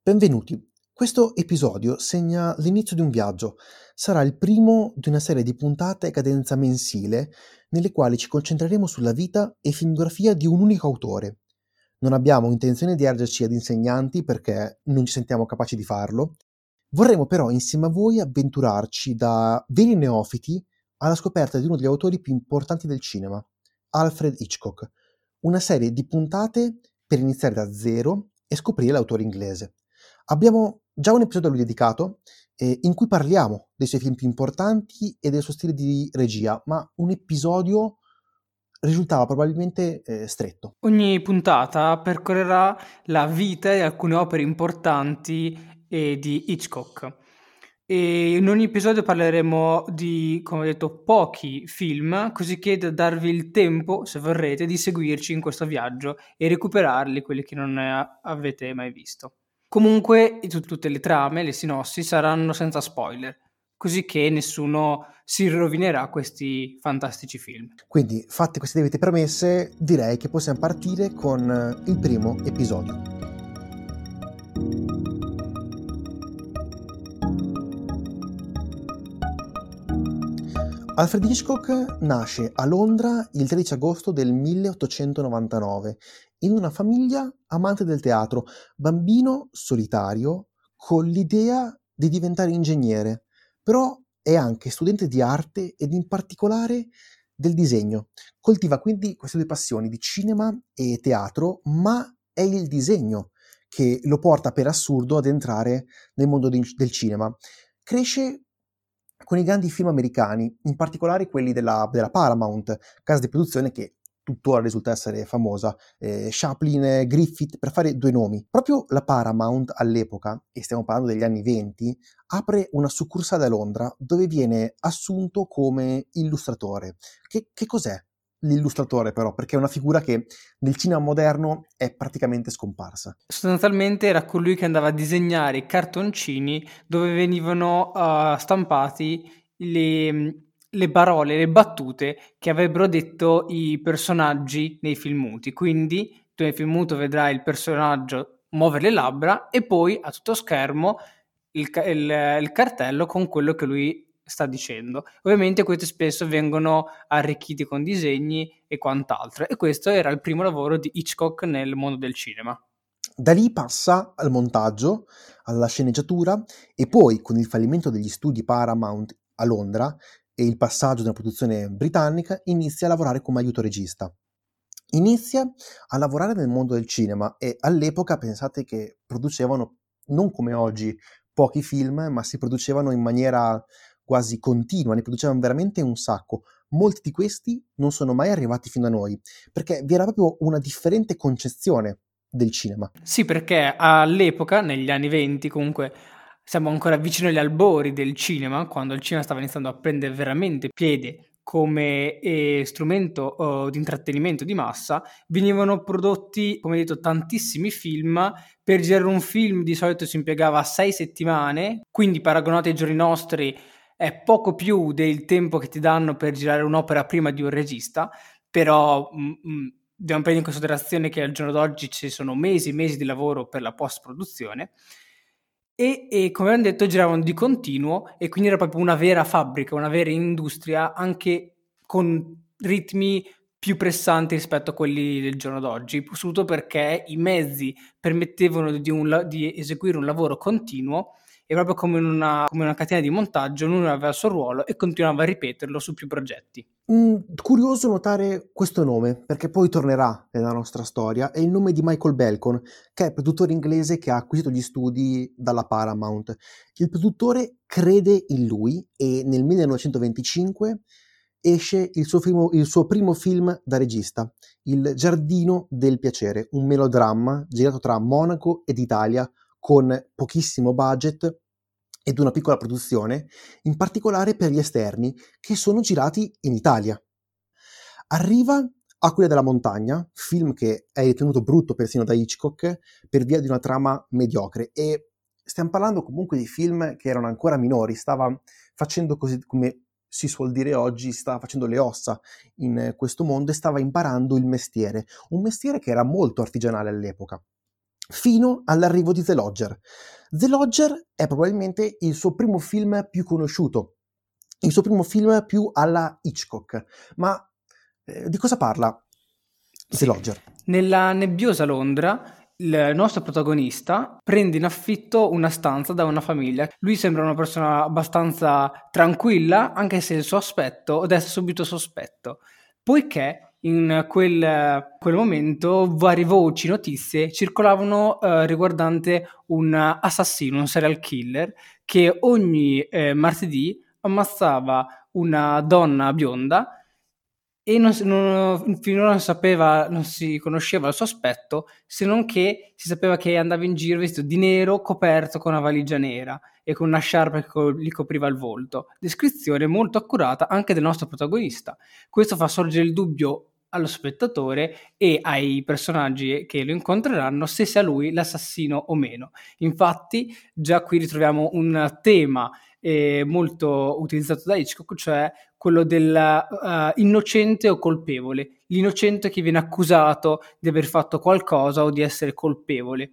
Benvenuti. Questo episodio segna l'inizio di un viaggio. Sarà il primo di una serie di puntate a cadenza mensile, nelle quali ci concentreremo sulla vita e filmografia di un unico autore. Non abbiamo intenzione di ergerci ad insegnanti perché non ci sentiamo capaci di farlo. Vorremmo però insieme a voi avventurarci da veri neofiti alla scoperta di uno degli autori più importanti del cinema, Alfred Hitchcock. Una serie di puntate per iniziare da zero e scoprire l'autore inglese. Abbiamo già un episodio a lui dedicato, in cui parliamo dei suoi film più importanti e del suo stile di regia, ma un episodio risultava probabilmente stretto. Ogni puntata percorrerà la vita e alcune opere importanti di Hitchcock. E in ogni episodio parleremo di, come ho detto, pochi film, così che da darvi il tempo, se vorrete, di seguirci in questo viaggio e recuperarli, quelli che non avete mai visto. Comunque, tutte le trame, le sinossi, saranno senza spoiler, così che nessuno si rovinerà questi fantastici film. Quindi, fatte queste debite premesse, direi che possiamo partire con il primo episodio. Alfred Hitchcock nasce a Londra il 13 agosto del 1899 in una famiglia amante del teatro, bambino solitario con l'idea di diventare ingegnere, però è anche studente di arte ed in particolare del disegno. Coltiva quindi queste due passioni di cinema e teatro, ma è il disegno che lo porta per assurdo ad entrare nel mondo del cinema. Cresce con i grandi film americani, in particolare quelli della Paramount, casa di produzione che tuttora risulta essere famosa, Chaplin, Griffith, per fare due nomi. Proprio la Paramount all'epoca, e stiamo parlando degli anni '20, apre una succursale a Londra dove viene assunto come illustratore. Che cos'è l'illustratore però? Perché è una figura che nel cinema moderno è praticamente scomparsa. Sostanzialmente era colui che andava a disegnare i cartoncini dove venivano stampati le parole, le battute che avrebbero detto i personaggi nei film muti. Quindi tu nel film muto vedrai il personaggio muovere le labbra e poi a tutto schermo il cartello con quello che lui sta dicendo. Ovviamente questi spesso vengono arricchiti con disegni e quant'altro, e questo era il primo lavoro di Hitchcock nel mondo del cinema. Da lì passa al montaggio, alla sceneggiatura e poi, con il fallimento degli studi Paramount a Londra e il passaggio da una produzione britannica, inizia a lavorare come aiuto regista. Inizia a lavorare nel mondo del cinema e all'epoca pensate che producevano, non come oggi, pochi film, ma si producevano in maniera quasi continua, ne producevano veramente un sacco. Molti di questi non sono mai arrivati fino a noi, perché vi era proprio una differente concezione del cinema. Sì, perché all'epoca, negli anni '20, comunque siamo ancora vicino agli albori del cinema, quando il cinema stava iniziando a prendere veramente piede come strumento di intrattenimento di massa, venivano prodotti, come detto, tantissimi film. Per girare un film di solito si impiegava 6 settimane, quindi paragonato ai giorni nostri è poco più del tempo che ti danno per girare un'opera prima di un regista, però dobbiamo prendere in considerazione che al giorno d'oggi ci sono mesi e mesi di lavoro per la post-produzione e come abbiamo detto giravano di continuo, e quindi era proprio una vera fabbrica, una vera industria, anche con ritmi più pressanti rispetto a quelli del giorno d'oggi, soprattutto perché i mezzi permettevano di eseguire un lavoro continuo, e proprio come come una catena di montaggio ognuno aveva il suo ruolo e continuava a ripeterlo su più progetti. Curioso notare questo nome, perché poi tornerà nella nostra storia, è il nome di Michael Balcon, che è il produttore inglese che ha acquisito gli studi dalla Paramount. Il produttore crede in lui e nel 1925 esce il suo primo film da regista, Il Giardino del Piacere, un melodramma girato tra Monaco ed Italia con pochissimo budget ed una piccola produzione, in particolare per gli esterni, che sono girati in Italia. Arriva Aquila della montagna, film che è ritenuto brutto persino da Hitchcock per via di una trama mediocre, e stiamo parlando comunque di film che erano ancora minori, stava facendo, così come si suol dire oggi, stava facendo le ossa in questo mondo e stava imparando il mestiere, un mestiere che era molto artigianale all'epoca. fino all'arrivo di The Lodger. The Lodger è probabilmente il suo primo film più conosciuto, il suo primo film più alla Hitchcock. Ma di cosa parla The Sì, Lodger? nella nebbiosa Londra il nostro protagonista prende in affitto una stanza da una famiglia. Lui sembra una persona abbastanza tranquilla, anche se il suo aspetto desta subito sospetto, poiché in quel momento varie voci, notizie circolavano riguardante un assassino, un serial killer, che ogni martedì ammazzava una donna bionda e finora non si conosceva il suo aspetto, se non che si sapeva che andava in giro vestito di nero, coperto con una valigia nera e con una sciarpa che gli copriva il volto. Descrizione molto accurata anche del nostro protagonista. Questo fa sorgere il dubbio allo spettatore e ai personaggi che lo incontreranno se sia lui l'assassino o meno. Infatti, già qui ritroviamo un tema molto utilizzato da Hitchcock, cioè quello del innocente o colpevole, l'innocente che viene accusato di aver fatto qualcosa o di essere colpevole.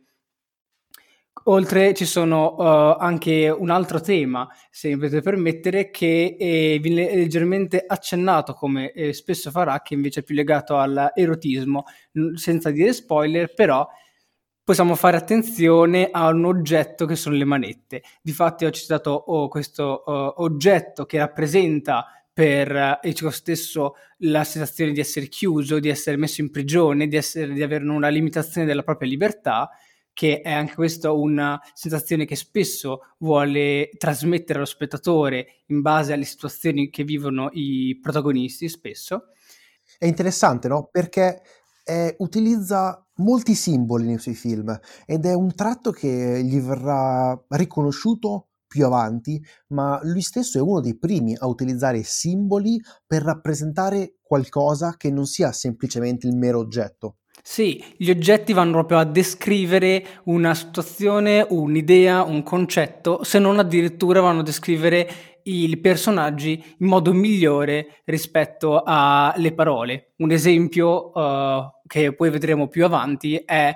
Oltre ci sono anche un altro tema, se mi potete permettere, che viene leggermente accennato, come spesso farà, che invece è più legato all'erotismo, senza dire spoiler, però possiamo fare attenzione a un oggetto che sono le manette. Difatti ho citato questo oggetto che rappresenta per Hitchcock stesso la sensazione di essere chiuso, di essere messo in prigione, di avere una limitazione della propria libertà, che è anche questa una sensazione che spesso vuole trasmettere allo spettatore in base alle situazioni che vivono i protagonisti spesso. È interessante, no? Perché utilizza molti simboli nei suoi film ed è un tratto che gli verrà riconosciuto più avanti, ma lui stesso è uno dei primi a utilizzare simboli per rappresentare qualcosa che non sia semplicemente il mero oggetto. Sì, gli oggetti vanno proprio a descrivere una situazione, un'idea, un concetto, se non addirittura vanno a descrivere i personaggi in modo migliore rispetto alle parole. Un esempio che poi vedremo più avanti è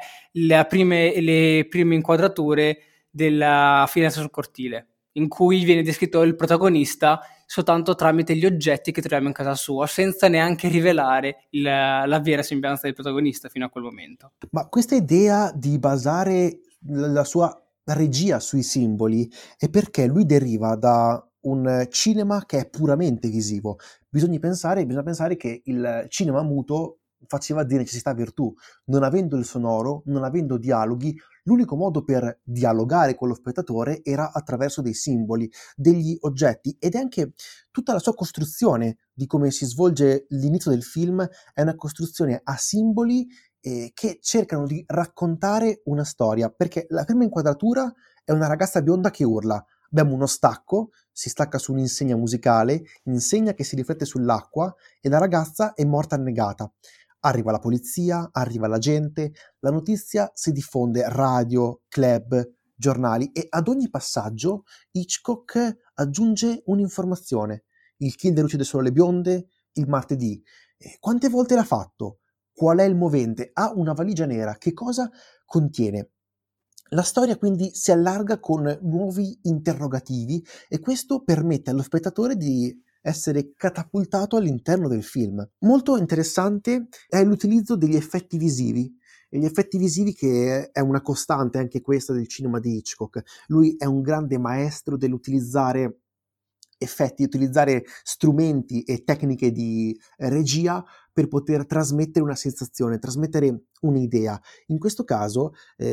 le prime inquadrature della finestra sul cortile, in cui viene descritto il protagonista soltanto tramite gli oggetti che troviamo in casa sua, senza neanche rivelare la vera sembianza del protagonista fino a quel momento. Ma questa idea di basare la sua regia sui simboli è perché lui deriva da un cinema che è puramente visivo. Bisogna pensare che il cinema muto faceva di necessità virtù. Non avendo il sonoro, non avendo dialoghi, l'unico modo per dialogare con lo spettatore era attraverso dei simboli, degli oggetti, ed è anche tutta la sua costruzione di come si svolge l'inizio del film è una costruzione a simboli che cercano di raccontare una storia, perché la prima inquadratura è una ragazza bionda che urla. Abbiamo uno stacco, si stacca su un'insegna musicale, insegna che si riflette sull'acqua e la ragazza è morta annegata. Arriva la polizia, arriva la gente, la notizia si diffonde, radio, club, giornali, e ad ogni passaggio Hitchcock aggiunge un'informazione. Il killer uccide solo le bionde, il martedì. Quante volte l'ha fatto? Qual è il movente? Ha una valigia nera. Che cosa contiene? La storia quindi si allarga con nuovi interrogativi e questo permette allo spettatore di essere catapultato all'interno del film. Molto interessante è l'utilizzo degli effetti visivi. E gli effetti visivi che è una costante anche questa del cinema di Hitchcock. Lui è un grande maestro dell'utilizzare effetti, utilizzare strumenti e tecniche di regia per poter trasmettere una sensazione, trasmettere un'idea. In questo caso,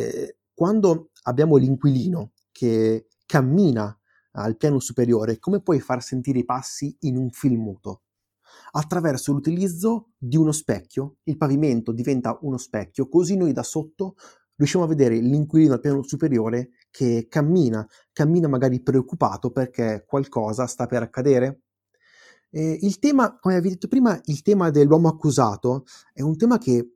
quando abbiamo l'inquilino che cammina al piano superiore, come puoi far sentire i passi in un film muto? Attraverso l'utilizzo di uno specchio, il pavimento diventa uno specchio, così noi da sotto riusciamo a vedere l'inquilino al piano superiore che cammina magari preoccupato perché qualcosa sta per accadere. Il tema, come avevi detto prima, il tema dell'uomo accusato è un tema che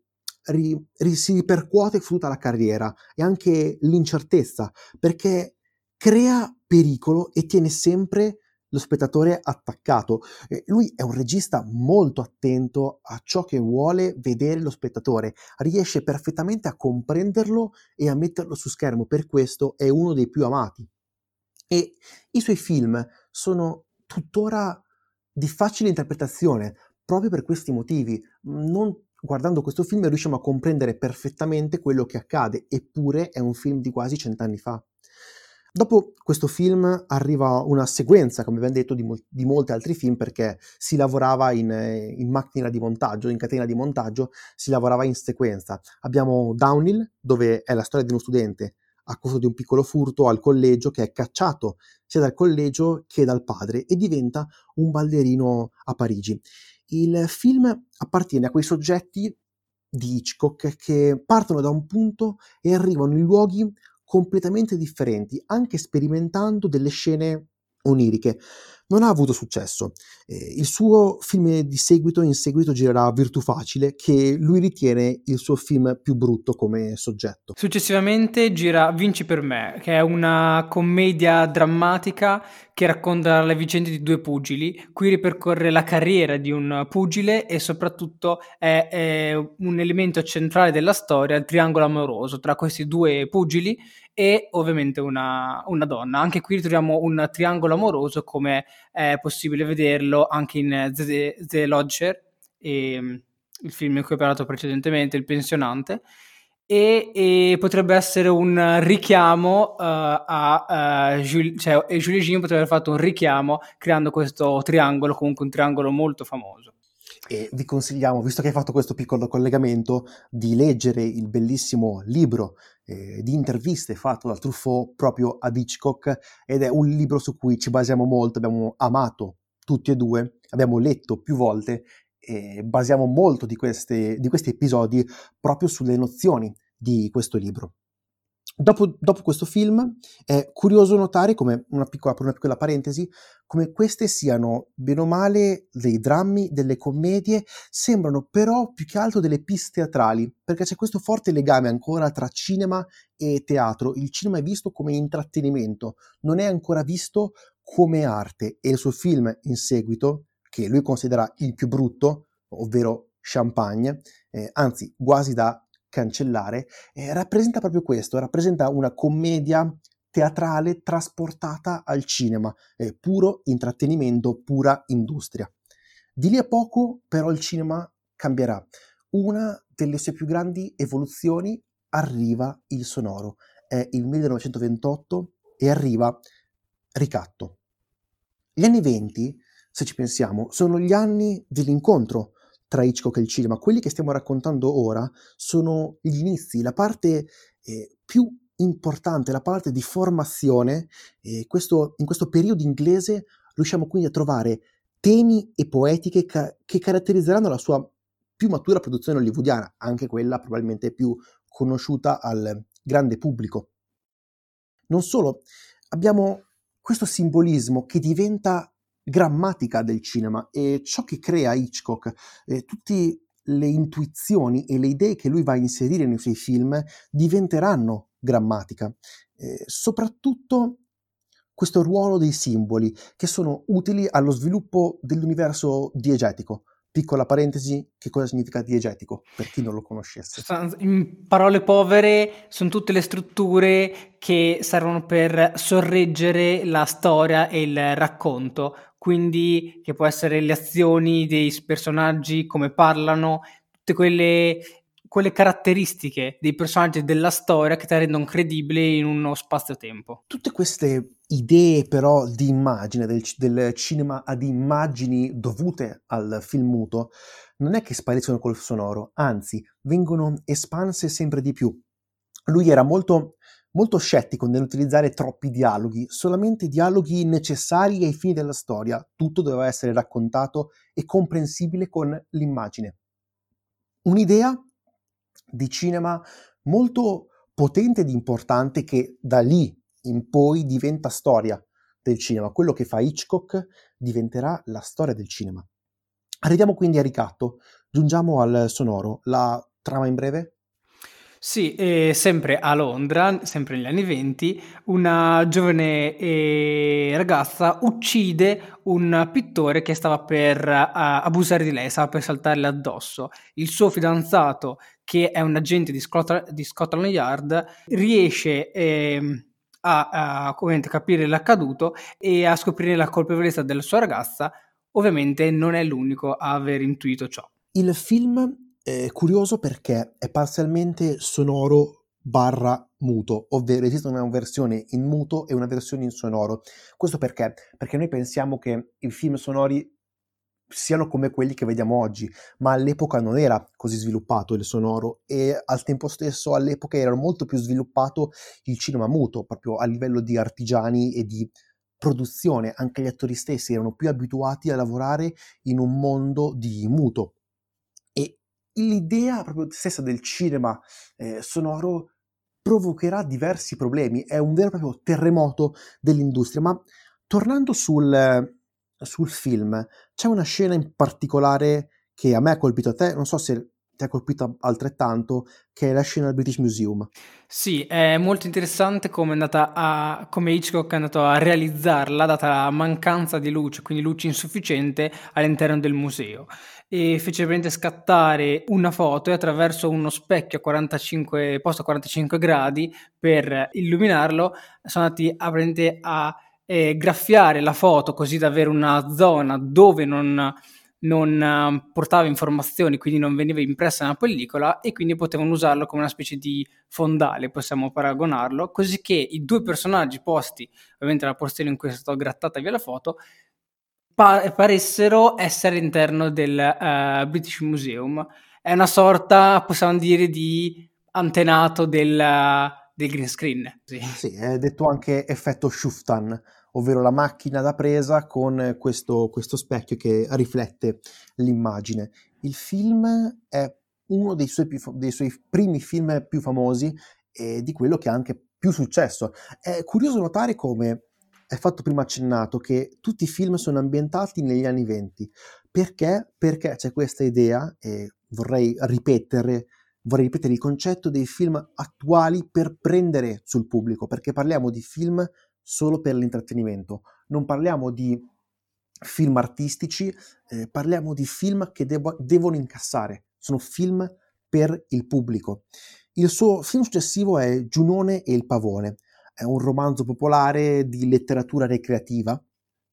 si ripercuote su tutta la carriera e anche l'incertezza, perché crea pericolo e tiene sempre lo spettatore attaccato. Lui è un regista molto attento a ciò che vuole vedere lo spettatore, riesce perfettamente a comprenderlo e a metterlo su schermo, per questo è uno dei più amati. E i suoi film sono tuttora di facile interpretazione, proprio per questi motivi. Non guardando questo film riusciamo a comprendere perfettamente quello che accade, eppure è un film di quasi 100 anni fa. Dopo questo film arriva una sequenza, come abbiamo detto, di molti altri film, perché si lavorava in macchina di montaggio, in catena di montaggio, si lavorava in sequenza. Abbiamo Downhill, dove è la storia di uno studente a causa di un piccolo furto al collegio, che è cacciato sia dal collegio che dal padre e diventa un ballerino a Parigi. Il film appartiene a quei soggetti di Hitchcock che partono da un punto e arrivano in luoghi completamente differenti, anche sperimentando delle scene oniriche. Non ha avuto successo. Il suo film in seguito girerà Virtù Facile, che lui ritiene il suo film più brutto come soggetto. Successivamente gira Vinci per me, che è una commedia drammatica che racconta le vicende di due pugili. Qui ripercorre la carriera di un pugile e soprattutto è un elemento centrale della storia, il triangolo amoroso tra questi due pugili e ovviamente una donna. Anche qui ritroviamo un triangolo amoroso come è possibile vederlo anche in The Lodger, il film in cui ho parlato precedentemente, Il pensionante, e potrebbe essere un richiamo cioè Julie Jean potrebbe aver fatto un richiamo creando questo triangolo, comunque un triangolo molto famoso. E vi consigliamo, visto che hai fatto questo piccolo collegamento, di leggere il bellissimo libro di interviste fatto da Truffaut proprio ad Hitchcock, ed è un libro su cui ci basiamo molto, abbiamo amato tutti e due, abbiamo letto più volte e basiamo molto di questi episodi proprio sulle nozioni di questo libro. Dopo questo film è curioso notare come, per una piccola parentesi, come queste siano bene o male dei drammi, delle commedie, sembrano però più che altro delle piste teatrali, perché c'è questo forte legame ancora tra cinema e teatro. Il cinema è visto come intrattenimento, non è ancora visto come arte, e il suo film in seguito, che lui considera il più brutto, ovvero Champagne, anzi quasi da cancellare, rappresenta proprio questo, rappresenta una commedia teatrale trasportata al cinema, puro intrattenimento, pura industria. Di lì a poco però il cinema cambierà. Una delle sue più grandi evoluzioni arriva il sonoro. È il 1928 e arriva Ricatto. Gli anni 20, se ci pensiamo, sono gli anni dell'incontro tra Hitchcock e il cinema. Quelli che stiamo raccontando ora sono gli inizi, la parte più importante, la parte di formazione. In questo periodo inglese riusciamo quindi a trovare temi e poetiche che caratterizzeranno la sua più matura produzione hollywoodiana, anche quella probabilmente più conosciuta al grande pubblico. Non solo, abbiamo questo simbolismo che diventa grammatica del cinema, e ciò che crea Hitchcock, tutte le intuizioni e le idee che lui va a inserire nei suoi film diventeranno grammatica. Soprattutto questo ruolo dei simboli che sono utili allo sviluppo dell'universo diegetico. Piccola parentesi, che cosa significa diegetico, per chi non lo conoscesse? In parole povere, sono tutte le strutture che servono per sorreggere la storia e il racconto, quindi che può essere le azioni dei personaggi, come parlano, tutte quelle caratteristiche dei personaggi della storia che ti rendono credibile in uno spazio-tempo. Tutte queste idee però di immagine, del cinema ad immagini dovute al film muto, non è che spariscono col sonoro, anzi vengono espanse sempre di più. Lui era molto, molto scettico nell'utilizzare troppi dialoghi, solamente dialoghi necessari ai fini della storia. Tutto doveva essere raccontato e comprensibile con l'immagine. Un'idea di cinema molto potente ed importante che da lì in poi diventa storia del cinema. Quello che fa Hitchcock diventerà la storia del cinema. Arriviamo quindi a Ricatto, giungiamo al sonoro. La trama in breve? Sì, sempre a Londra, sempre negli anni '20, una giovane ragazza uccide un pittore che stava per abusare di lei, stava per saltarle addosso. Il suo fidanzato, che è un agente di Scotland Yard, riesce a ovviamente capire l'accaduto e a scoprire la colpevolezza della sua ragazza. Ovviamente non è l'unico a aver intuito ciò. Il film è curioso perché è parzialmente sonoro barra muto, ovvero esiste una versione in muto e una versione in sonoro. Questo perché? Perché noi pensiamo che i film sonori siano come quelli che vediamo oggi, ma all'epoca non era così sviluppato il sonoro e al tempo stesso all'epoca era molto più sviluppato il cinema muto, proprio a livello di artigiani e di produzione. Anche gli attori stessi erano più abituati a lavorare in un mondo di muto. E l'idea proprio stessa del cinema sonoro provocherà diversi problemi, è un vero e proprio terremoto dell'industria. Ma tornando sul film, c'è una scena in particolare che a me ha colpito, a te non so se ti ha colpito altrettanto, che è la scena del British Museum. Sì, è molto interessante come Hitchcock è andato a realizzarla, data la mancanza di luce, quindi luce insufficiente all'interno del museo. E fece veramente scattare una foto e attraverso uno specchio posto a 45 gradi per illuminarlo, sono andati a graffiare la foto così da avere una zona dove non portava informazioni, quindi non veniva impressa nella pellicola e quindi potevano usarlo come una specie di fondale, possiamo paragonarlo, così che i due personaggi posti, ovviamente nella porzione in cui è stata grattata via la foto, paressero essere all'interno del British Museum. È una sorta, possiamo dire, di antenato del green screen. Sì. Sì, è detto anche effetto Shuftan, ovvero la macchina da presa con questo specchio che riflette l'immagine. Il film è uno dei suoi primi film più famosi e di quello che ha anche più successo. È curioso notare come è fatto prima accennato che tutti i film sono ambientati negli anni '20. Perché? Perché c'è questa idea, e vorrei ripetere il concetto dei film attuali per prendere sul pubblico, perché parliamo di film solo per l'intrattenimento, non parliamo di film artistici, parliamo di film che devono incassare, sono film per il pubblico. Il suo film successivo è Giunone e il pavone, è un romanzo popolare di letteratura recreativa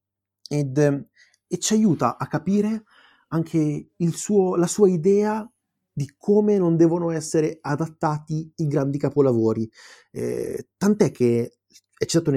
ed, e ci aiuta a capire anche la sua idea di come non devono essere adattati i grandi capolavori. Tant'è che è citato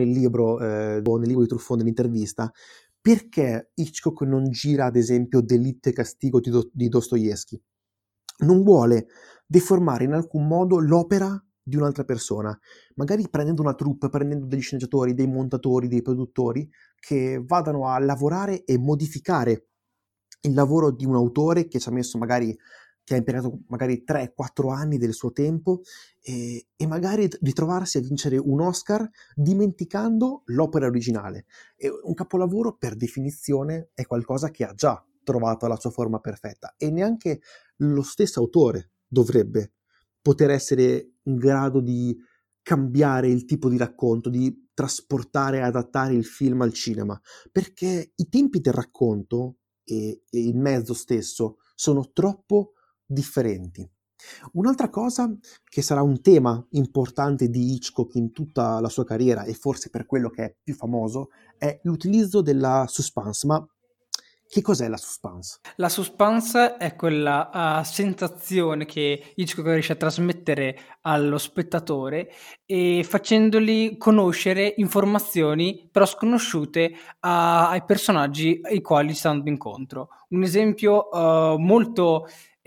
nel libro di Truffaut, nell'intervista, perché Hitchcock non gira, ad esempio, Delitto e castigo di Dostoevsky. Non vuole deformare in alcun modo l'opera di un'altra persona, magari prendendo una troupe, prendendo degli sceneggiatori, dei montatori, dei produttori, che vadano a lavorare e modificare il lavoro di un autore che ci ha messo magari che ha impiegato magari 3-4 anni del suo tempo e magari ritrovarsi a vincere un Oscar dimenticando l'opera originale. E un capolavoro, per definizione, è qualcosa che ha già trovato la sua forma perfetta e neanche lo stesso autore dovrebbe poter essere in grado di cambiare il tipo di racconto, di trasportare e adattare il film al cinema, perché i tempi del racconto e il mezzo stesso sono troppo differenti. Un'altra cosa che sarà un tema importante di Hitchcock in tutta la sua carriera e forse per quello che è più famoso è l'utilizzo della suspense. Ma che cos'è la suspense? La suspense è quella sensazione che Hitchcock riesce a trasmettere allo spettatore e facendogli conoscere informazioni però sconosciute ai personaggi ai quali sta andando incontro. Un esempio molto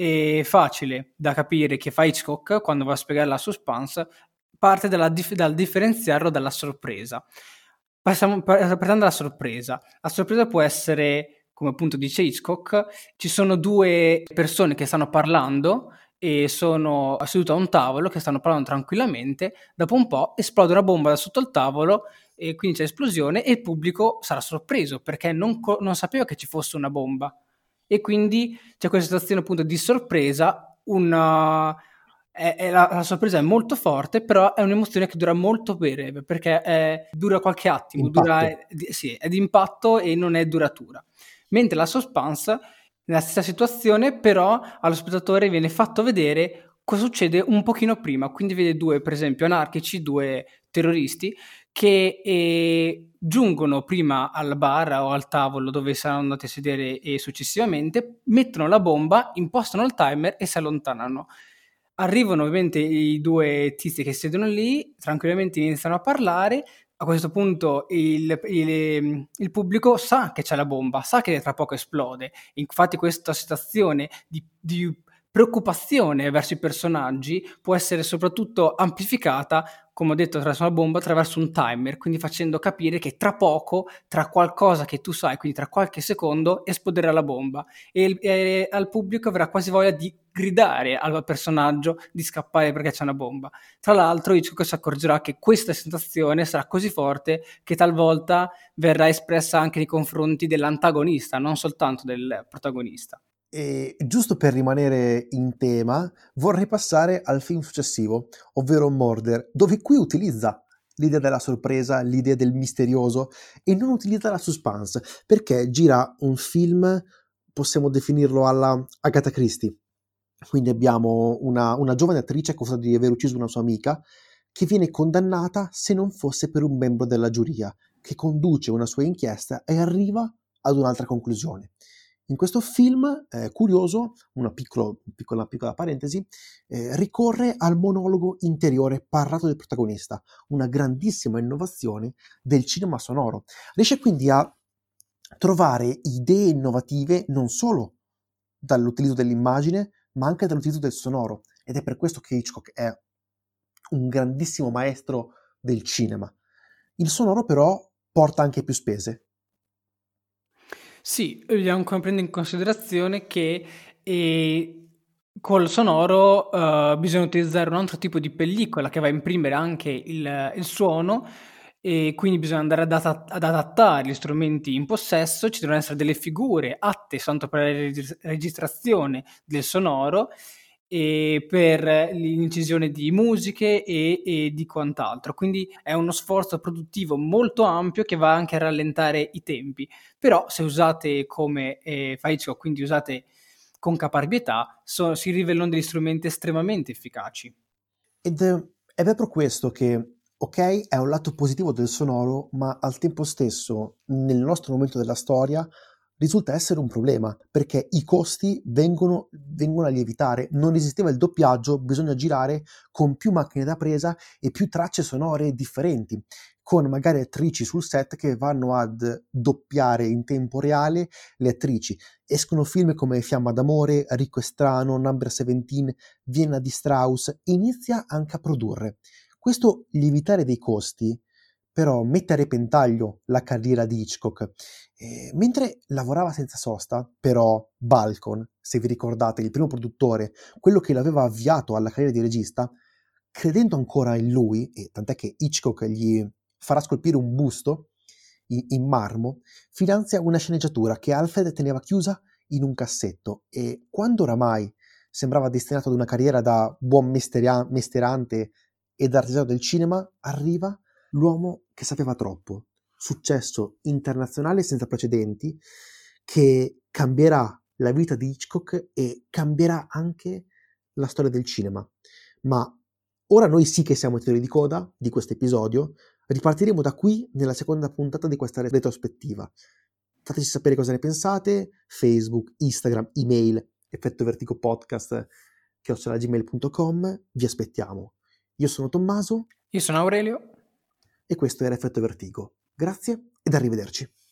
facile da capire che fa Hitchcock quando va a spiegare la suspense parte dal differenziarlo dalla sorpresa. Partendo dalla sorpresa. La sorpresa può essere, come appunto dice Hitchcock, ci sono due persone che stanno parlando e sono sedute a un tavolo che stanno parlando tranquillamente, dopo un po' esplode una bomba da sotto il tavolo e quindi c'è esplosione e il pubblico sarà sorpreso perché non sapeva che ci fosse una bomba e quindi c'è questa situazione appunto di sorpresa, la sorpresa è molto forte, però è un'emozione che dura molto breve, perché dura qualche attimo, Impatto. sì, è di impatto e non è duratura. Mentre la suspense, nella stessa situazione, però allo spettatore viene fatto vedere cosa succede un pochino prima, quindi vede due, per esempio, anarchici, due terroristi, che giungono prima al bar o al tavolo dove saranno andati a sedere e successivamente, mettono la bomba, impostano il timer e si allontanano. Arrivano ovviamente i due tizi che siedono lì, tranquillamente iniziano a parlare. A questo punto il pubblico sa che c'è la bomba, sa che tra poco esplode. Infatti questa situazione di preoccupazione verso i personaggi può essere soprattutto amplificata, come ho detto, attraverso una bomba, attraverso un timer, quindi facendo capire che tra poco, tra qualcosa che tu sai, quindi tra qualche secondo, esploderà la bomba e al pubblico avrà quasi voglia di gridare al personaggio di scappare perché c'è una bomba. Tra l'altro Hitchcock si accorgerà che questa sensazione sarà così forte che talvolta verrà espressa anche nei confronti dell'antagonista, non soltanto del protagonista. E giusto per rimanere in tema, vorrei passare al film successivo, ovvero Murder, dove qui utilizza l'idea della sorpresa, l'idea del misterioso e non utilizza la suspense, perché gira un film, possiamo definirlo alla Agatha Christie. Quindi abbiamo una giovane attrice accusata di aver ucciso una sua amica, che viene condannata se non fosse per un membro della giuria, che conduce una sua inchiesta e arriva ad un'altra conclusione. In questo film, curioso, piccola parentesi, ricorre al monologo interiore parlato del protagonista, una grandissima innovazione del cinema sonoro. Riesce quindi a trovare idee innovative non solo dall'utilizzo dell'immagine, ma anche dall'utilizzo del sonoro. Ed è per questo che Hitchcock è un grandissimo maestro del cinema. Il sonoro però porta anche più spese. Sì, dobbiamo prendere in considerazione che col sonoro bisogna utilizzare un altro tipo di pellicola che va a imprimere anche il suono e quindi bisogna andare ad adattare gli strumenti in possesso, ci devono essere delle figure atte soltanto per la registrazione del sonoro e per l'incisione di musiche e di quant'altro. Quindi è uno sforzo produttivo molto ampio che va anche a rallentare i tempi. Però se usate come fa Hitchcock, quindi usate con caparbietà, si rivelano degli strumenti estremamente efficaci. Ed è proprio questo che, ok, è un lato positivo del sonoro, ma al tempo stesso, nel nostro momento della storia, risulta essere un problema, perché i costi vengono a lievitare. Non esisteva il doppiaggio, bisogna girare con più macchine da presa e più tracce sonore differenti, con magari attrici sul set che vanno ad doppiare in tempo reale le attrici. Escono film come Fiamma d'amore, Ricco e strano, Number 17, Vienna di Strauss, inizia anche a produrre. Questo lievitare dei costi però mette a repentaglio la carriera di Hitchcock. Mentre lavorava senza sosta, però Balcon, se vi ricordate, il primo produttore, quello che l'aveva avviato alla carriera di regista, credendo ancora in lui, e tant'è che Hitchcock gli farà scolpire un busto in marmo, finanzia una sceneggiatura che Alfred teneva chiusa in un cassetto e quando oramai sembrava destinato ad una carriera da buon mestierante e da artigiano del cinema, arriva l'uomo che sapeva troppo, successo internazionale senza precedenti, che cambierà la vita di Hitchcock e cambierà anche la storia del cinema. Ma ora noi sì che siamo i titoli di coda di questo episodio, ripartiremo da qui nella seconda puntata di questa retrospettiva. Fateci sapere cosa ne pensate, Facebook, Instagram, email, effettovertigopodcast@gmail.com, vi aspettiamo. Io sono Tommaso Io sono Aurelio. e questo era Effetto Vertigo. Grazie ed arrivederci.